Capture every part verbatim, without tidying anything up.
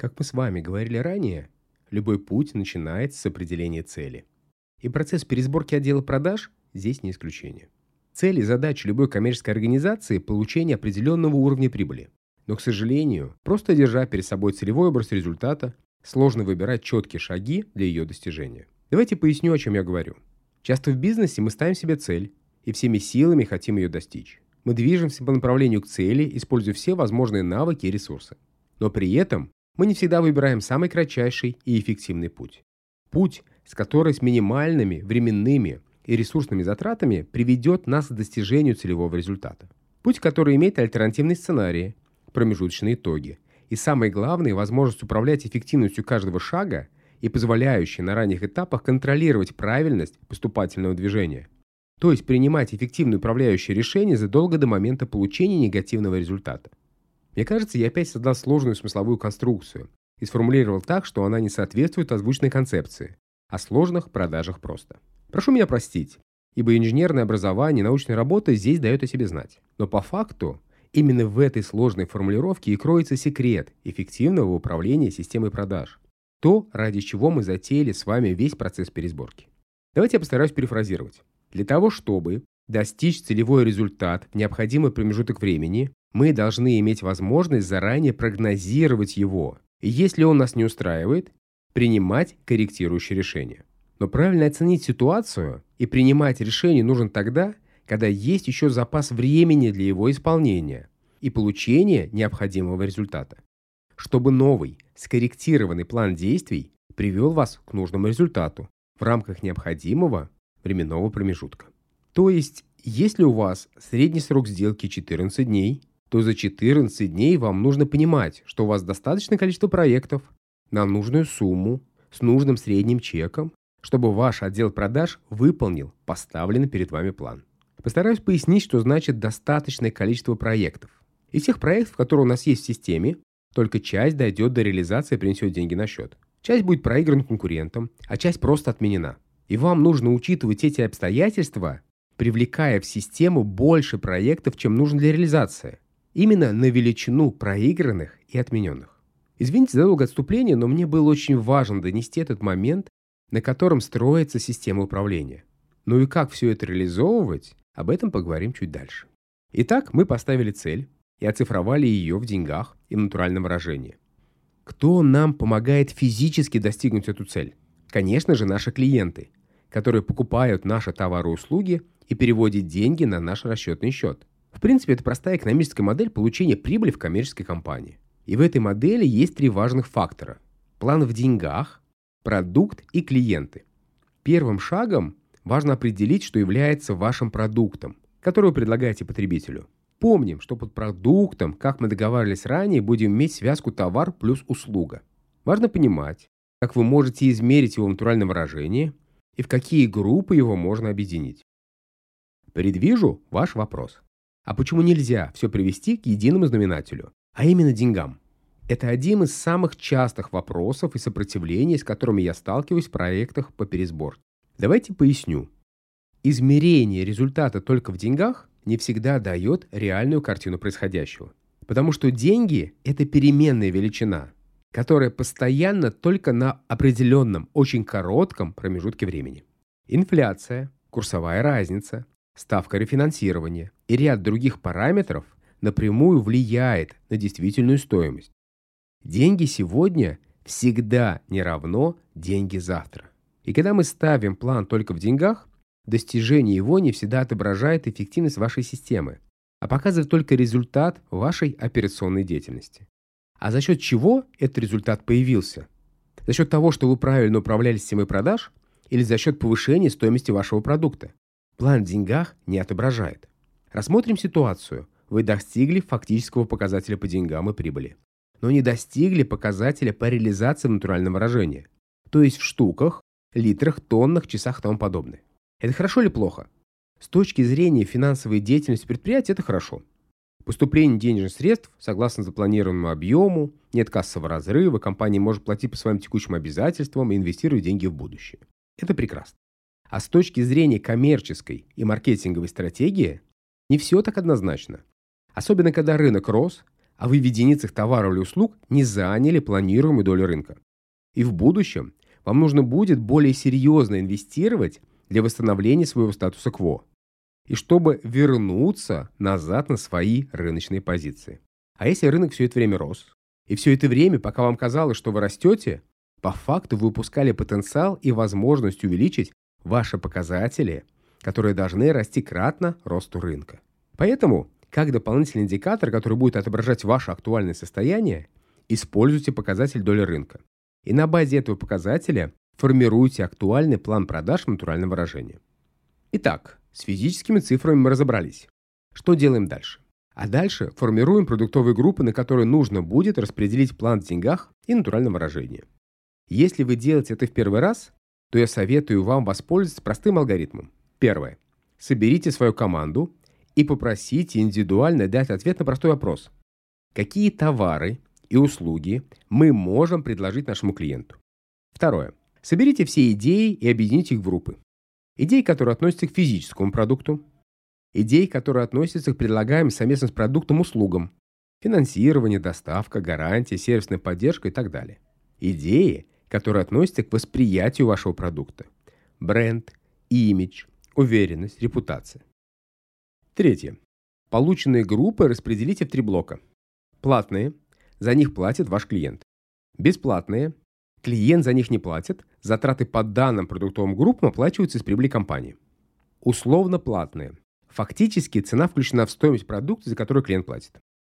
Как мы с вами говорили ранее, любой путь начинается с определения цели. И процесс пересборки отдела продаж здесь не исключение. Цель и задача любой коммерческой организации – получение определенного уровня прибыли. Но, к сожалению, просто держа перед собой целевой образ результата, сложно выбирать четкие шаги для ее достижения. Давайте поясню, о чем я говорю. Часто в бизнесе мы ставим себе цель и всеми силами хотим ее достичь. Мы движемся по направлению к цели, используя все возможные навыки и ресурсы. Но при этом мы не всегда выбираем самый кратчайший и эффективный путь. Путь, с которой с минимальными временными и ресурсными затратами приведет нас к достижению целевого результата. Путь, который имеет альтернативные сценарии, промежуточные итоги и, самое главное, возможность управлять эффективностью каждого шага и позволяющий на ранних этапах контролировать правильность поступательного движения. То есть принимать эффективные управляющие решения задолго до момента получения негативного результата. Мне кажется, я опять создал сложную смысловую конструкцию и сформулировал так, что она не соответствует озвученной концепции о сложных продажах просто. Прошу меня простить, ибо инженерное образование и научная работа здесь дают о себе знать. Но по факту именно в этой сложной формулировке и кроется секрет эффективного управления системой продаж. То, ради чего мы затеяли с вами весь процесс пересборки. Давайте я постараюсь перефразировать. Для того, чтобы достичь целевой результат в необходимый промежуток времени, мы должны иметь возможность заранее прогнозировать его. И если он нас не устраивает, принимать корректирующие решения. Но правильно оценить ситуацию и принимать решение нужно тогда, когда есть еще запас времени для его исполнения и получения необходимого результата, чтобы новый, скорректированный план действий привел вас к нужному результату в рамках необходимого временного промежутка. То есть, если у вас средний срок сделки четырнадцать дней, то за четырнадцать дней вам нужно понимать, что у вас достаточное количество проектов на нужную сумму с нужным средним чеком, чтобы ваш отдел продаж выполнил поставленный перед вами план. Постараюсь пояснить, что значит достаточное количество проектов. Из всех проектов, которые у нас есть в системе, только часть дойдет до реализации и принесет деньги на счет. Часть будет проиграна конкурентам, а часть просто отменена. И вам нужно учитывать эти обстоятельства, привлекая в систему больше проектов, чем нужно для реализации. Именно на величину проигранных и отмененных. Извините за долгое отступление, но мне было очень важно донести этот момент, на котором строится система управления. Ну и как все это реализовывать, об этом поговорим чуть дальше. Итак, мы поставили цель и оцифровали ее в деньгах и в натуральном выражении. Кто нам помогает физически достигнуть эту цель? Конечно же, наши клиенты, которые покупают наши товары и услуги и переводят деньги на наш расчетный счет. В принципе, это простая экономическая модель получения прибыли в коммерческой компании. И в этой модели есть три важных фактора. План в деньгах, продукт и клиенты. Первым шагом важно определить, что является вашим продуктом, который вы предлагаете потребителю. Помним, что под продуктом, как мы договаривались ранее, будем иметь связку товар плюс услуга. Важно понимать, как вы можете измерить его в натуральном выражении и в какие группы его можно объединить. Предвижу ваш вопрос. А почему нельзя все привести к единому знаменателю, а именно деньгам? Это один из самых частых вопросов и сопротивлений, с которыми я сталкиваюсь в проектах по пересборке. Давайте поясню. Измерение результата только в деньгах не всегда дает реальную картину происходящего. Потому что деньги – это переменная величина, которая постоянно только на определенном, очень коротком промежутке времени. Инфляция, курсовая разница, ставка рефинансирования и ряд других параметров напрямую влияет на действительную стоимость. Деньги сегодня всегда не равно деньги завтра. И когда мы ставим план только в деньгах, достижение его не всегда отображает эффективность вашей системы, а показывает только результат вашей операционной деятельности. А за счет чего этот результат появился? За счет того, что вы правильно управляли системой продаж или за счет повышения стоимости вашего продукта? План в деньгах не отображает. Рассмотрим ситуацию. Вы достигли фактического показателя по деньгам и прибыли, но не достигли показателя по реализации в натуральном выражении, то есть в штуках, литрах, тоннах, часах и тому подобное. Это хорошо или плохо? С точки зрения финансовой деятельности предприятия это хорошо. Поступление денежных средств согласно запланированному объему, нет кассового разрыва, компания может платить по своим текущим обязательствам и инвестировать деньги в будущее. Это прекрасно. А с точки зрения коммерческой и маркетинговой стратегии не все так однозначно. Особенно когда рынок рос, а вы в единицах товаров или услуг не заняли планируемую долю рынка. И в будущем вам нужно будет более серьезно инвестировать для восстановления своего статуса кво и чтобы вернуться назад на свои рыночные позиции. А если рынок все это время рос, и все это время, пока вам казалось, что вы растете, по факту вы упускали потенциал и возможность увеличить ваши показатели, которые должны расти кратно росту рынка. Поэтому, как дополнительный индикатор, который будет отображать ваше актуальное состояние, используйте показатель доли рынка. И на базе этого показателя формируйте актуальный план продаж в натуральном выражении. Итак, с физическими цифрами мы разобрались. Что делаем дальше? А дальше формируем продуктовые группы, на которые нужно будет распределить план в деньгах и натуральном выражении. Если вы делаете это в первый раз, то я советую вам воспользоваться простым алгоритмом. Первое. Соберите свою команду и попросите индивидуально дать ответ на простой вопрос. Какие товары и услуги мы можем предложить нашему клиенту? Второе. Соберите все идеи и объедините их в группы. Идеи, которые относятся к физическому продукту, идеи, которые относятся к предлагаемым совместно с продуктом услугам, финансирование, доставка, гарантия, сервисная поддержка и так далее. Идеи, которые относятся к восприятию вашего продукта, бренд, имидж, уверенность, репутация. Третье. Полученные группы распределите в три блока. Платные, за них платит ваш клиент. Бесплатные, клиент за них не платит, затраты по данным продуктовым группам оплачиваются из прибыли компании. Условно платные. Фактически цена включена в стоимость продукта, за который клиент платит.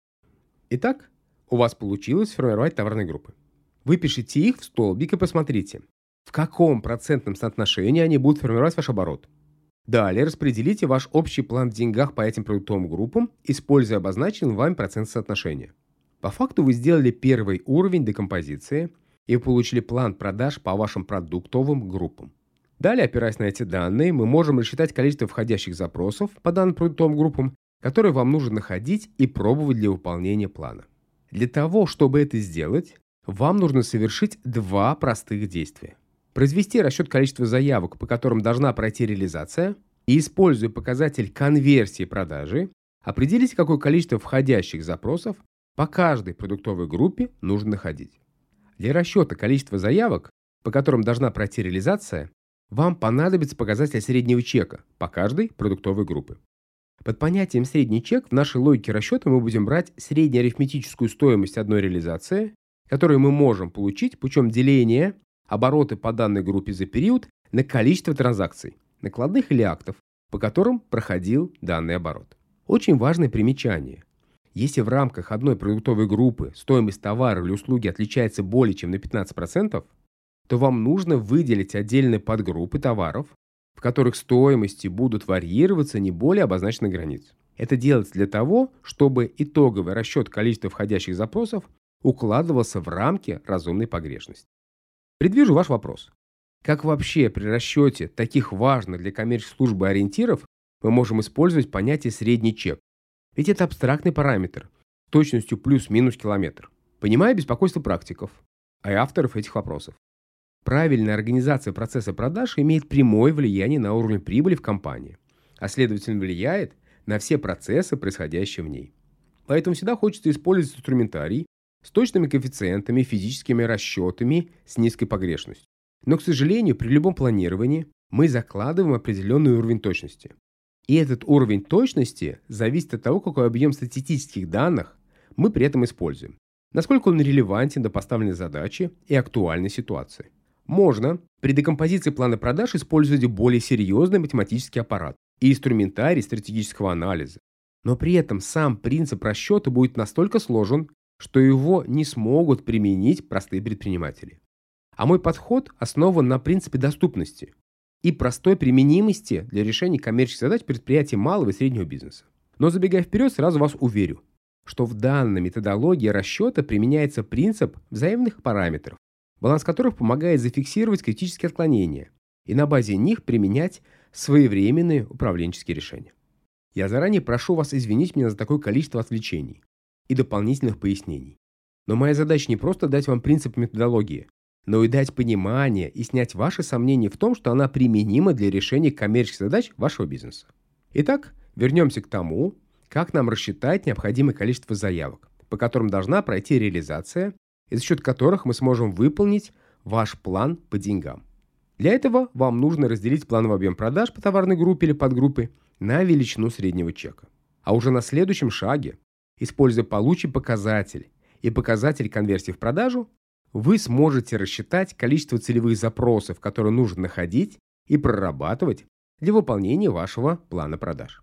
Итак, у вас получилось сформировать товарные группы. Выпишите их в столбик и посмотрите, в каком процентном соотношении они будут формировать ваш оборот. Далее распределите ваш общий план в деньгах по этим продуктовым группам, используя обозначенный вами процент соотношения. По факту вы сделали первый уровень декомпозиции и получили план продаж по вашим продуктовым группам. Далее, опираясь на эти данные, мы можем рассчитать количество входящих запросов по данным продуктовым группам, которые вам нужно находить и пробовать для выполнения плана. Для того, чтобы это сделать, вам нужно совершить два простых действия. Произвести расчет количества заявок, по которым должна пройти реализация, и, используя показатель конверсии продажи, определить, какое количество входящих запросов по каждой продуктовой группе нужно находить. Для расчета количества заявок, по которым должна пройти реализация, вам понадобится показатель среднего чека по каждой продуктовой группе. Под понятием средний чек в нашей логике расчета мы будем брать среднеарифметическую стоимость одной реализации, которую мы можем получить путем деления обороты по данной группе за период на количество транзакций, накладных или актов, по которым проходил данный оборот. Очень важное примечание. Если в рамках одной продуктовой группы стоимость товара или услуги отличается более чем на пятнадцать процентов, то вам нужно выделить отдельные подгруппы товаров, в которых стоимости будут варьироваться не более обозначенных границ. Это делается для того, чтобы итоговый расчет количества входящих запросов укладывался в рамки разумной погрешности. Предвижу ваш вопрос. Как вообще при расчете таких важных для коммерческой службы ориентиров мы можем использовать понятие «средний чек»? Ведь это абстрактный параметр с точностью плюс-минус километр. Понимаю беспокойство практиков, а и авторов этих вопросов. Правильная организация процесса продаж имеет прямое влияние на уровень прибыли в компании, а следовательно влияет на все процессы, происходящие в ней. Поэтому всегда хочется использовать инструментарий с точными коэффициентами, физическими расчетами с низкой погрешностью. Но, к сожалению, при любом планировании мы закладываем определенный уровень точности. И этот уровень точности зависит от того, какой объем статистических данных мы при этом используем, насколько он релевантен до поставленной задачи и актуальной ситуации. Можно при декомпозиции плана продаж использовать более серьезный математический аппарат и инструментарий стратегического анализа, но при этом сам принцип расчета будет настолько сложен, что его не смогут применить простые предприниматели. А мой подход основан на принципе доступности и простой применимости для решения коммерческих задач предприятий малого и среднего бизнеса. Но забегая вперед, сразу вас уверю, что в данной методологии расчета применяется принцип взаимных параметров, баланс которых помогает зафиксировать критические отклонения и на базе них применять своевременные управленческие решения. Я заранее прошу вас извинить меня за такое количество отвлечений и дополнительных пояснений. Но моя задача не просто дать вам принцип методологии, но и дать понимание и снять ваши сомнения в том, что она применима для решения коммерческих задач вашего бизнеса. Итак, вернемся к тому, как нам рассчитать необходимое количество заявок, по по которым должна пройти реализация, и за счет которых мы сможем выполнить ваш план по деньгам. Для этого вам нужно разделить плановый объем продаж по товарной группе или подгруппе на величину среднего чека. А уже на следующем шаге, используя полученный показатель и показатель конверсии в продажу, вы сможете рассчитать количество целевых запросов, которые нужно находить и прорабатывать для выполнения вашего плана продаж.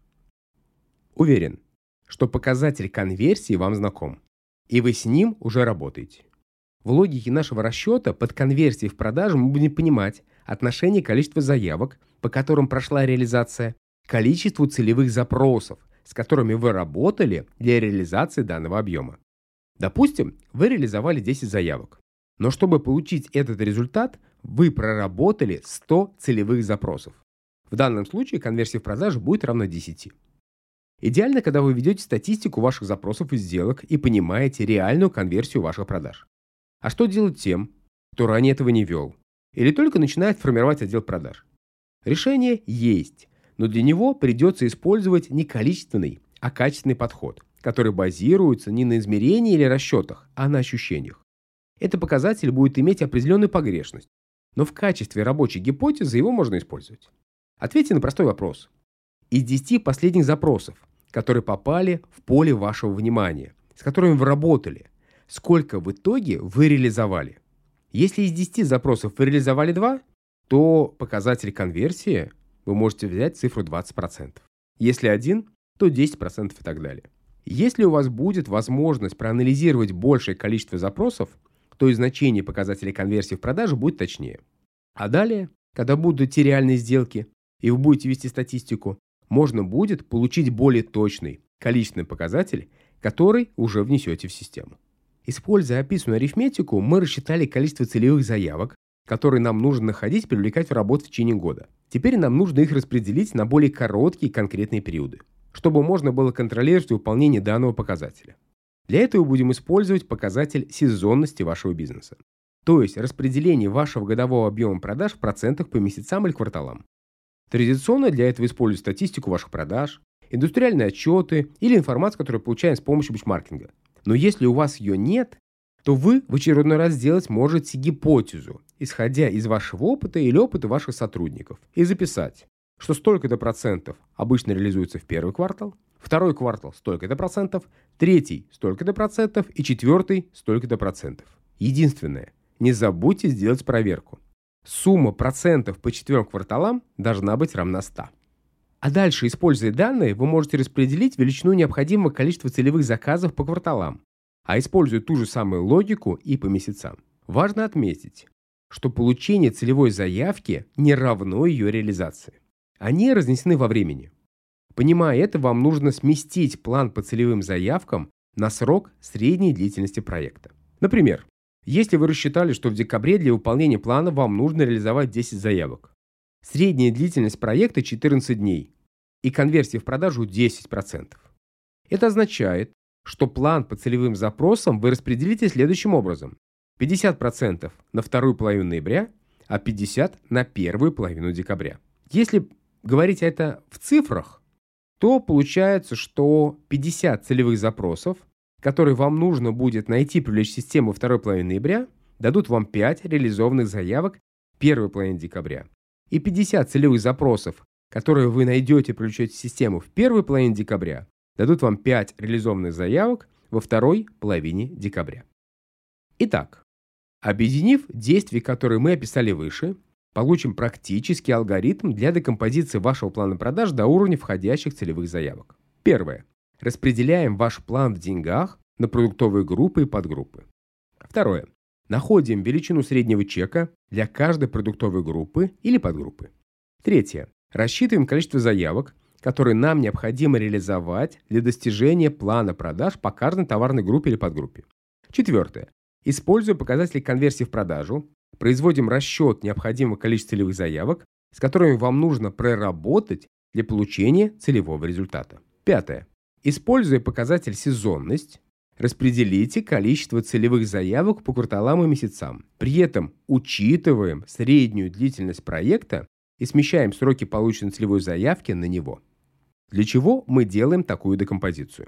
Уверен, что показатель конверсии вам знаком, и вы с ним уже работаете. В логике нашего расчета под конверсией в продажу мы будем понимать отношение количества заявок, по которым прошла реализация, к количеству целевых запросов, с которыми вы работали для реализации данного объема. Допустим, вы реализовали десять заявок, но чтобы получить этот результат, вы проработали сто целевых запросов. В данном случае конверсия в продажу будет равна десяти. Идеально, когда вы ведете статистику ваших запросов и сделок и понимаете реальную конверсию ваших продаж. А что делать тем, кто ранее этого не вел или только начинает формировать отдел продаж? Решение есть, но для него придется использовать не количественный, а качественный подход, который базируется не на измерении или расчетах, а на ощущениях. Этот показатель будет иметь определенную погрешность, но в качестве рабочей гипотезы его можно использовать. Ответьте на простой вопрос. Из десяти последних запросов, которые попали в поле вашего внимания, с которыми вы работали, сколько в итоге вы реализовали? Если из десяти запросов вы реализовали два, то показатель конверсии вы можете взять цифру двадцать процентов. Если один, то десять процентов и так далее. Если у вас будет возможность проанализировать большее количество запросов, то и значение показателей конверсии в продажу будет точнее. А далее, когда будут идти реальные сделки, и вы будете вести статистику, можно будет получить более точный количественный показатель, который уже внесете в систему. Используя описанную арифметику, мы рассчитали количество целевых заявок, которые нам нужно находить и привлекать в работу в течение года. Теперь нам нужно их распределить на более короткие конкретные периоды, чтобы можно было контролировать выполнение данного показателя. Для этого будем использовать показатель сезонности вашего бизнеса, то есть распределение вашего годового объема продаж в процентах по месяцам или кварталам. Традиционно для этого используют статистику ваших продаж, индустриальные отчеты или информацию, которую получаем с помощью бенчмаркинга. Но если у вас ее нет, то вы в очередной раз сделать можете гипотезу, исходя из вашего опыта или опыта ваших сотрудников, и записать, что столько-то процентов обычно реализуется в первый квартал, второй квартал столько-то процентов, третий столько-то процентов и четвертый столько-то процентов. Единственное, не забудьте сделать проверку. Сумма процентов по четырем кварталам должна быть равна ста. А дальше, используя данные, вы можете распределить величину необходимого количества целевых заказов по кварталам, а используя ту же самую логику и по месяцам. Важно отметить, что получение целевой заявки не равно ее реализации. Они разнесены во времени. Понимая это, вам нужно сместить план по целевым заявкам на срок средней длительности проекта. Например, если вы рассчитали, что в декабре для выполнения плана вам нужно реализовать десять заявок. Средняя длительность проекта четырнадцать дней и конверсия в продажу десять процентов. Это означает, что план по целевым запросам вы распределите следующим образом. пятьдесят процентов на вторую половину ноября, а пятьдесят процентов на первую половину декабря. Если говорить это в цифрах, то получается, что пятьдесят целевых запросов, которые вам нужно будет найти и привлечь в систему второй половины ноября, дадут вам пять реализованных заявок первой половины декабря. И пятьдесят целевых запросов, которые вы найдете и привлечете в систему в первой половине декабря, дадут вам пять реализованных заявок во второй половине декабря. Итак, объединив действия, которые мы описали выше, получим практический алгоритм для декомпозиции вашего плана продаж до уровня входящих целевых заявок. Первое. Распределяем ваш план в деньгах на продуктовые группы и подгруппы. Второе. Находим величину среднего чека для каждой продуктовой группы или подгруппы. Третье. Рассчитываем количество заявок, которые нам необходимо реализовать для достижения плана продаж по каждой товарной группе или подгруппе. Четвертое. Используя показатели конверсии в продажу, производим расчет необходимого количества целевых заявок, с которыми вам нужно проработать для получения целевого результата. Пятое. Используя показатель сезонность, распределите количество целевых заявок по кварталам и месяцам. При этом учитываем среднюю длительность проекта и смещаем сроки полученной целевой заявки на него. Для чего мы делаем такую декомпозицию?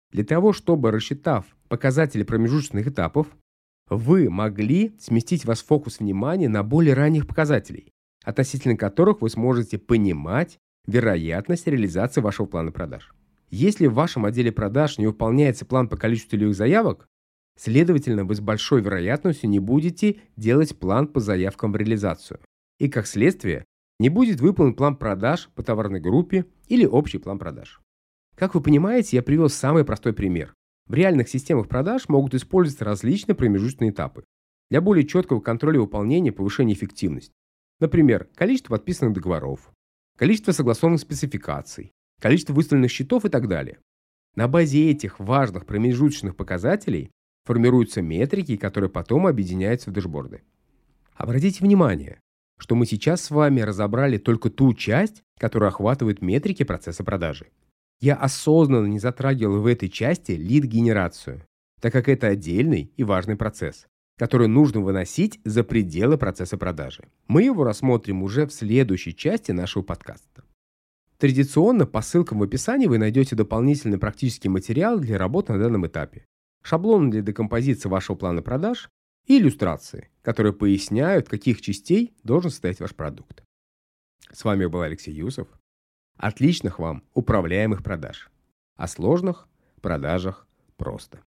Для того, чтобы, рассчитав показатели промежуточных этапов, вы могли сместить ваш фокус внимания на более ранних показателей, относительно которых вы сможете понимать вероятность реализации вашего плана продаж. Если в вашем отделе продаж не выполняется план по количеству целевых заявок, следовательно, вы с большой вероятностью не будете делать план по заявкам в реализацию. И, как следствие, не будет выполнен план продаж по товарной группе или общий план продаж. Как вы понимаете, я привел самый простой пример. В реальных системах продаж могут использоваться различные промежуточные этапы для более четкого контроля выполнения и повышения эффективности. Например, количество подписанных договоров, количество согласованных спецификаций, количество выставленных счетов и так далее. На базе этих важных промежуточных показателей формируются метрики, которые потом объединяются в дэшборды. Обратите внимание, что мы сейчас с вами разобрали только ту часть, которая охватывает метрики процесса продажи. Я осознанно не затрагивал в этой части лид-генерацию, так как это отдельный и важный процесс, который нужно выносить за пределы процесса продажи. Мы его рассмотрим уже в следующей части нашего подкаста. Традиционно по ссылкам в описании вы найдете дополнительный практический материал для работы на данном этапе, шаблоны для декомпозиции вашего плана продаж и иллюстрации, которые поясняют, в каких частей должен состоять ваш продукт. С вами был Алексей Юсов. Отличных вам управляемых продаж. О сложных продажах просто.